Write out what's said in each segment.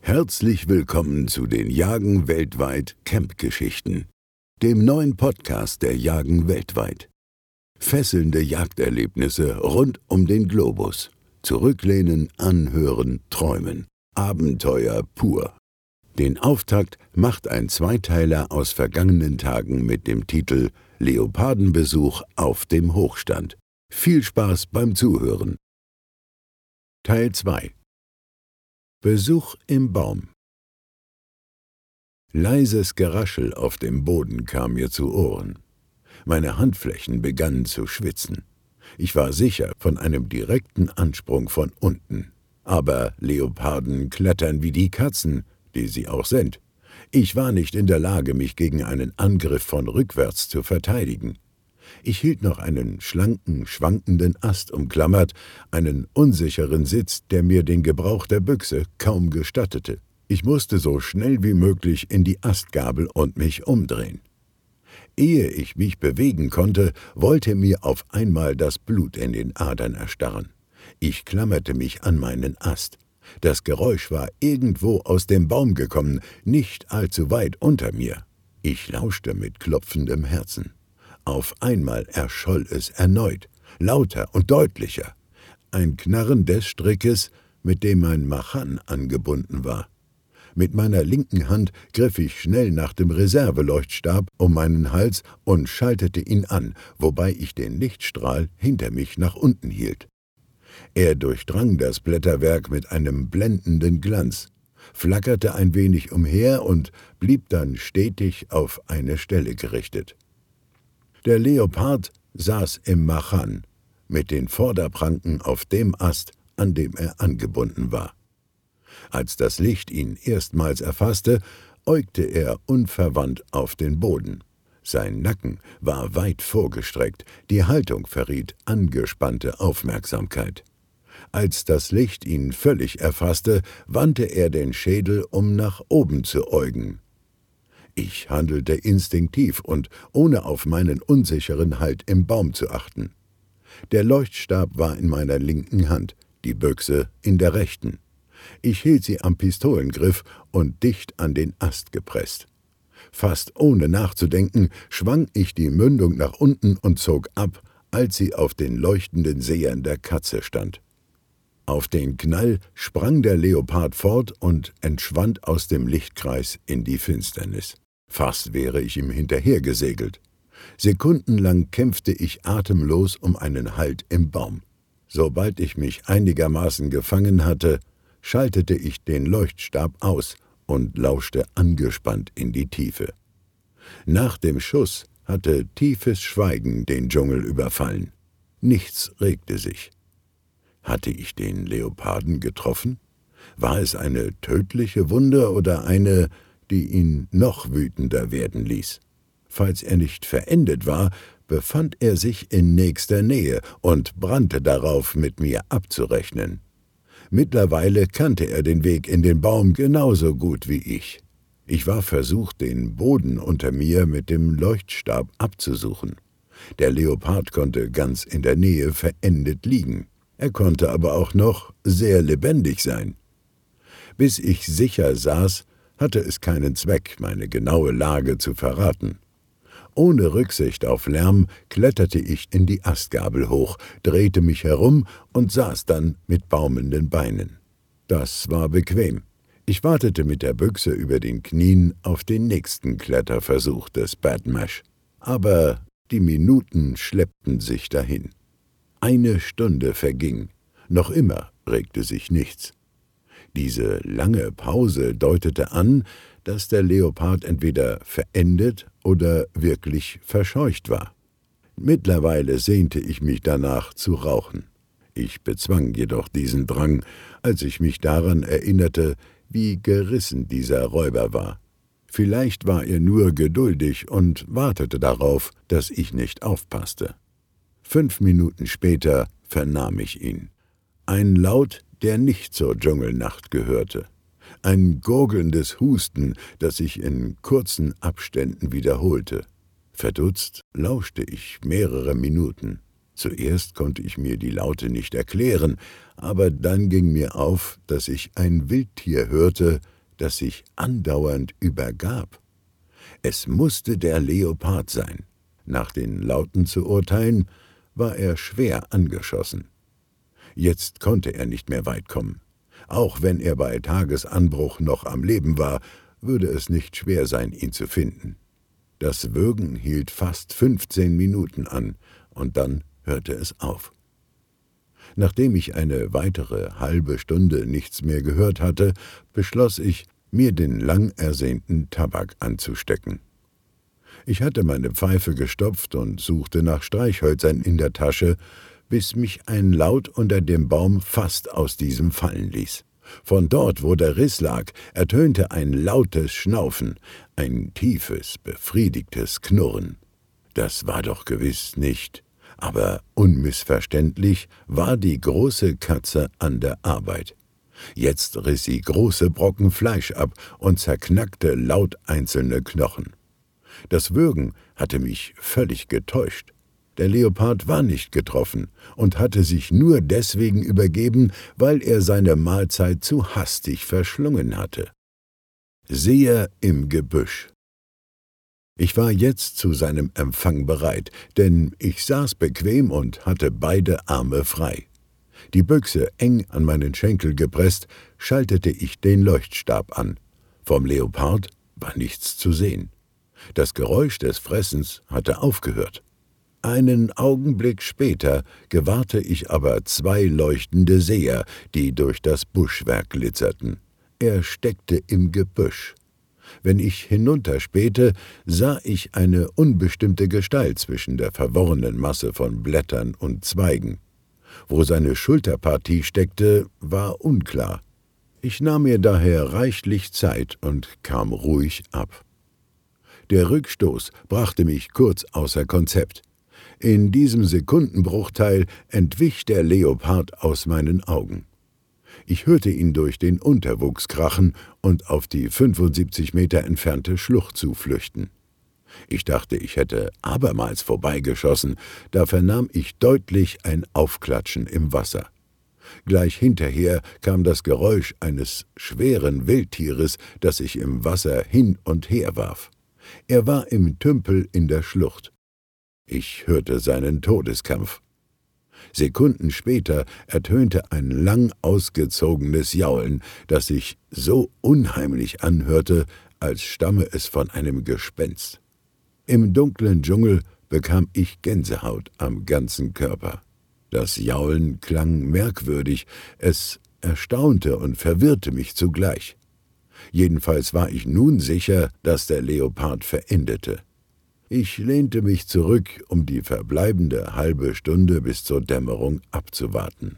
Herzlich willkommen zu den Jagen weltweit Camp-Geschichten, dem neuen Podcast der Jagen weltweit. Fesselnde Jagderlebnisse rund um den Globus. Zurücklehnen, anhören, träumen. Abenteuer pur. Den Auftakt macht ein Zweiteiler aus vergangenen Tagen mit dem Titel Leopardenbesuch auf dem Hochstand. Viel Spaß beim Zuhören. Teil 2. Besuch im Baum. Leises Geraschel auf dem Boden kam mir zu Ohren. Meine Handflächen begannen zu schwitzen. Ich war sicher von einem direkten Ansprung von unten. Aber Leoparden klettern wie die Katzen, die sie auch sind. Ich war nicht in der Lage, mich gegen einen Angriff von rückwärts zu verteidigen. Ich hielt noch einen schlanken, schwankenden Ast umklammert, einen unsicheren Sitz, der mir den Gebrauch der Büchse kaum gestattete. Ich musste so schnell wie möglich in die Astgabel und mich umdrehen. Ehe ich mich bewegen konnte, wollte mir auf einmal das Blut in den Adern erstarren. Ich klammerte mich an meinen Ast. Das Geräusch war irgendwo aus dem Baum gekommen, nicht allzu weit unter mir. Ich lauschte mit klopfendem Herzen. Auf einmal erscholl es erneut, lauter und deutlicher. Ein Knarren des Strickes, mit dem mein Machan angebunden war. Mit meiner linken Hand griff ich schnell nach dem Reserveleuchtstab um meinen Hals und schaltete ihn an, wobei ich den Lichtstrahl hinter mich nach unten hielt. Er durchdrang das Blätterwerk mit einem blendenden Glanz, flackerte ein wenig umher und blieb dann stetig auf eine Stelle gerichtet. Der Leopard saß im Machan, mit den Vorderpranken auf dem Ast, an dem er angebunden war. Als das Licht ihn erstmals erfasste, äugte er unverwandt auf den Boden. Sein Nacken war weit vorgestreckt, die Haltung verriet angespannte Aufmerksamkeit. Als das Licht ihn völlig erfasste, wandte er den Schädel, um nach oben zu äugen. Ich handelte instinktiv und ohne auf meinen unsicheren Halt im Baum zu achten. Der Leuchtstab war in meiner linken Hand, die Büchse in der rechten. Ich hielt sie am Pistolengriff und dicht an den Ast gepresst. Fast ohne nachzudenken schwang ich die Mündung nach unten und zog ab, als sie auf den leuchtenden Sehern der Katze stand. Auf den Knall sprang der Leopard fort und entschwand aus dem Lichtkreis in die Finsternis. Fast wäre ich ihm hinterhergesegelt. Sekundenlang kämpfte ich atemlos um einen Halt im Baum. Sobald ich mich einigermaßen gefangen hatte, schaltete ich den Leuchtstab aus und lauschte angespannt in die Tiefe. Nach dem Schuss hatte tiefes Schweigen den Dschungel überfallen. Nichts regte sich. Hatte ich den Leoparden getroffen? War es eine tödliche Wunde oder eine, die ihn noch wütender werden ließ? Falls er nicht verendet war, befand er sich in nächster Nähe und brannte darauf, mit mir abzurechnen. Mittlerweile kannte er den Weg in den Baum genauso gut wie ich. Ich war versucht, den Boden unter mir mit dem Leuchtstab abzusuchen. Der Leopard konnte ganz in der Nähe verendet liegen. Er konnte aber auch noch sehr lebendig sein. Bis ich sicher saß, hatte es keinen Zweck, meine genaue Lage zu verraten. Ohne Rücksicht auf Lärm kletterte ich in die Astgabel hoch, drehte mich herum und saß dann mit baumelnden Beinen. Das war bequem. Ich wartete mit der Büchse über den Knien auf den nächsten Kletterversuch des Badmash. Aber die Minuten schleppten sich dahin. 1 Stunde verging. Noch immer regte sich nichts. Diese lange Pause deutete an, dass der Leopard entweder verendet oder wirklich verscheucht war. Mittlerweile sehnte ich mich danach zu rauchen. Ich bezwang jedoch diesen Drang, als ich mich daran erinnerte, wie gerissen dieser Räuber war. Vielleicht war er nur geduldig und wartete darauf, dass ich nicht aufpasste. 5 Minuten später vernahm ich ihn. Ein Laut, der nicht zur Dschungelnacht gehörte. Ein gurgelndes Husten, das sich in kurzen Abständen wiederholte. Verdutzt lauschte ich mehrere Minuten. Zuerst konnte ich mir die Laute nicht erklären, aber dann ging mir auf, dass ich ein Wildtier hörte, das sich andauernd übergab. Es musste der Leopard sein. Nach den Lauten zu urteilen, war er schwer angeschossen. Jetzt konnte er nicht mehr weit kommen. Auch wenn er bei Tagesanbruch noch am Leben war, würde es nicht schwer sein, ihn zu finden. Das Würgen hielt fast 15 Minuten an, und dann hörte es auf. Nachdem ich eine weitere halbe Stunde nichts mehr gehört hatte, beschloss ich, mir den lang ersehnten Tabak anzustecken. Ich hatte meine Pfeife gestopft und suchte nach Streichhölzern in der Tasche, bis mich ein Laut unter dem Baum fast aus diesem fallen ließ. Von dort, wo der Riss lag, ertönte ein lautes Schnaufen, ein tiefes, befriedigtes Knurren. Das war doch gewiss nicht, aber unmissverständlich war die große Katze an der Arbeit. Jetzt riss sie große Brocken Fleisch ab und zerknackte laut einzelne Knochen. Das Würgen hatte mich völlig getäuscht. Der Leopard war nicht getroffen und hatte sich nur deswegen übergeben, weil er seine Mahlzeit zu hastig verschlungen hatte. Seher im Gebüsch. Ich war jetzt zu seinem Empfang bereit, denn ich saß bequem und hatte beide Arme frei. Die Büchse eng an meinen Schenkel gepresst, schaltete ich den Leuchtstab an. Vom Leopard war nichts zu sehen. Das Geräusch des Fressens hatte aufgehört. Einen Augenblick später gewahrte ich aber zwei leuchtende Seher, die durch das Buschwerk glitzerten. Er steckte im Gebüsch. Wenn ich hinunterspähte, sah ich eine unbestimmte Gestalt zwischen der verworrenen Masse von Blättern und Zweigen. Wo seine Schulterpartie steckte, war unklar. Ich nahm mir daher reichlich Zeit und kam ruhig ab. Der Rückstoß brachte mich kurz außer Konzept. In diesem Sekundenbruchteil entwich der Leopard aus meinen Augen. Ich hörte ihn durch den Unterwuchs krachen und auf die 75 Meter entfernte Schlucht zuflüchten. Ich dachte, ich hätte abermals vorbeigeschossen, da vernahm ich deutlich ein Aufklatschen im Wasser. Gleich hinterher kam das Geräusch eines schweren Wildtieres, das sich im Wasser hin und her warf. Er war im Tümpel in der Schlucht. Ich hörte seinen Todeskampf. Sekunden später ertönte ein lang ausgezogenes Jaulen, das sich so unheimlich anhörte, als stamme es von einem Gespenst. Im dunklen Dschungel bekam ich Gänsehaut am ganzen Körper. Das Jaulen klang merkwürdig, es erstaunte und verwirrte mich zugleich. Jedenfalls war ich nun sicher, dass der Leopard verendete. Ich lehnte mich zurück, um die verbleibende halbe Stunde bis zur Dämmerung abzuwarten.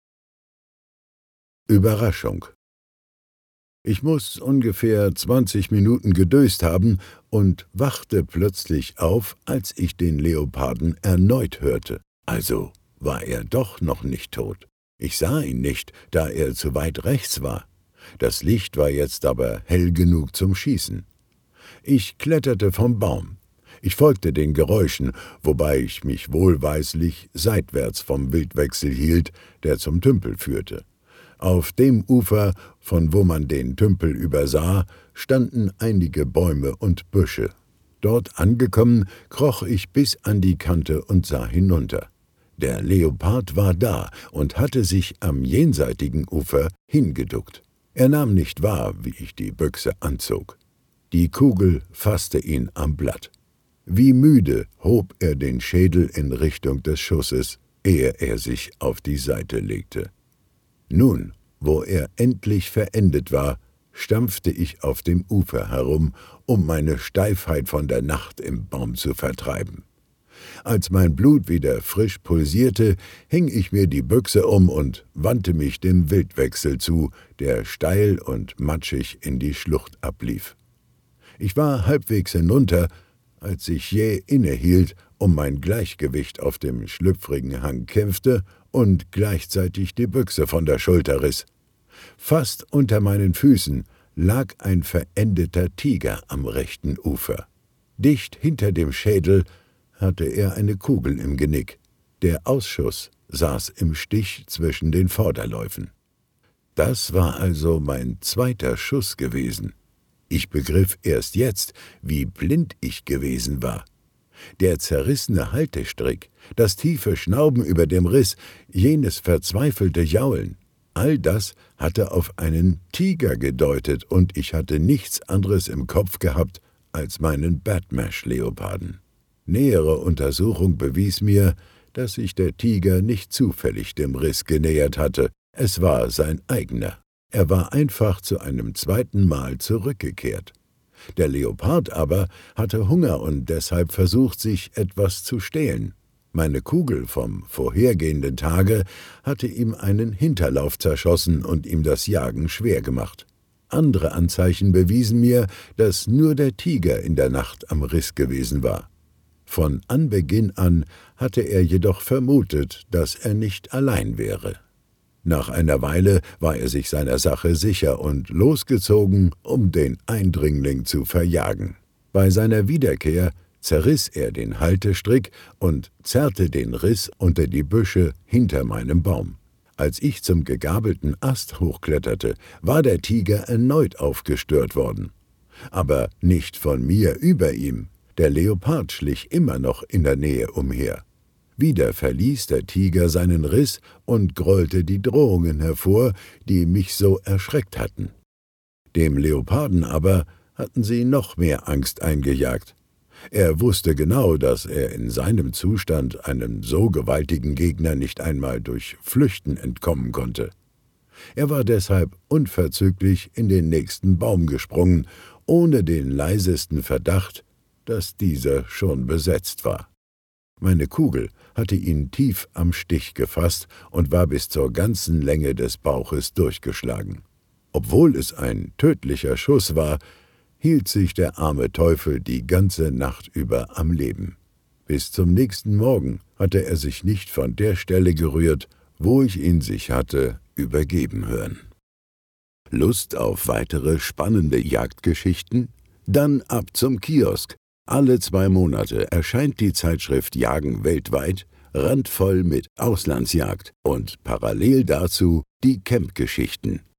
Überraschung. Ich muß ungefähr 20 Minuten gedöst haben und wachte plötzlich auf, als ich den Leoparden erneut hörte. Also war er doch noch nicht tot. Ich sah ihn nicht, da er zu weit rechts war. Das Licht war jetzt aber hell genug zum Schießen. Ich kletterte vom Baum. Ich folgte den Geräuschen, wobei ich mich wohlweislich seitwärts vom Wildwechsel hielt, der zum Tümpel führte. Auf dem Ufer, von wo man den Tümpel übersah, standen einige Bäume und Büsche. Dort angekommen, kroch ich bis an die Kante und sah hinunter. Der Leopard war da und hatte sich am jenseitigen Ufer hingeduckt. Er nahm nicht wahr, wie ich die Büchse anzog. Die Kugel fasste ihn am Blatt. Wie müde hob er den Schädel in Richtung des Schusses, ehe er sich auf die Seite legte. Nun, wo er endlich verendet war, stampfte ich auf dem Ufer herum, um meine Steifheit von der Nacht im Baum zu vertreiben. Als mein Blut wieder frisch pulsierte, hing ich mir die Büchse um und wandte mich dem Wildwechsel zu, der steil und matschig in die Schlucht ablief. Ich war halbwegs hinunter, als ich jäh innehielt, um mein Gleichgewicht auf dem schlüpfrigen Hang kämpfte und gleichzeitig die Büchse von der Schulter riss. Fast unter meinen Füßen lag ein verendeter Tiger am rechten Ufer. Dicht hinter dem Schädel hatte er eine Kugel im Genick. Der Ausschuss saß im Stich zwischen den Vorderläufen. Das war also mein zweiter Schuss gewesen. Ich begriff erst jetzt, wie blind ich gewesen war. Der zerrissene Haltestrick, das tiefe Schnauben über dem Riss, jenes verzweifelte Jaulen, all das hatte auf einen Tiger gedeutet, und ich hatte nichts anderes im Kopf gehabt als meinen Badmash-Leoparden. Nähere Untersuchung bewies mir, dass sich der Tiger nicht zufällig dem Riss genähert hatte. Es war sein eigener. Er war einfach zu einem zweiten Mal zurückgekehrt. Der Leopard aber hatte Hunger und deshalb versucht, sich etwas zu stehlen. Meine Kugel vom vorhergehenden Tage hatte ihm einen Hinterlauf zerschossen und ihm das Jagen schwer gemacht. Andere Anzeichen bewiesen mir, dass nur der Tiger in der Nacht am Riss gewesen war. Von Anbeginn an hatte er jedoch vermutet, dass er nicht allein wäre. Nach einer Weile war er sich seiner Sache sicher und losgezogen, um den Eindringling zu verjagen. Bei seiner Wiederkehr zerriss er den Haltestrick und zerrte den Riss unter die Büsche hinter meinem Baum. Als ich zum gegabelten Ast hochkletterte, war der Tiger erneut aufgestört worden. Aber nicht von mir über ihm. Der Leopard schlich immer noch in der Nähe umher. Wieder verließ der Tiger seinen Riss und grollte die Drohungen hervor, die mich so erschreckt hatten. Dem Leoparden aber hatten sie noch mehr Angst eingejagt. Er wusste genau, dass er in seinem Zustand einem so gewaltigen Gegner nicht einmal durch Flüchten entkommen konnte. Er war deshalb unverzüglich in den nächsten Baum gesprungen, ohne den leisesten Verdacht, dass dieser schon besetzt war. Meine Kugel hatte ihn tief am Stich gefasst und war bis zur ganzen Länge des Bauches durchgeschlagen. Obwohl es ein tödlicher Schuss war, hielt sich der arme Teufel die ganze Nacht über am Leben. Bis zum nächsten Morgen hatte er sich nicht von der Stelle gerührt, wo ich ihn sich hatte übergeben hören. Lust auf weitere spannende Jagdgeschichten? Dann ab zum Kiosk. Alle 2 Monate erscheint die Zeitschrift Jagen weltweit, randvoll mit Auslandsjagd und parallel dazu die Camp-Geschichten.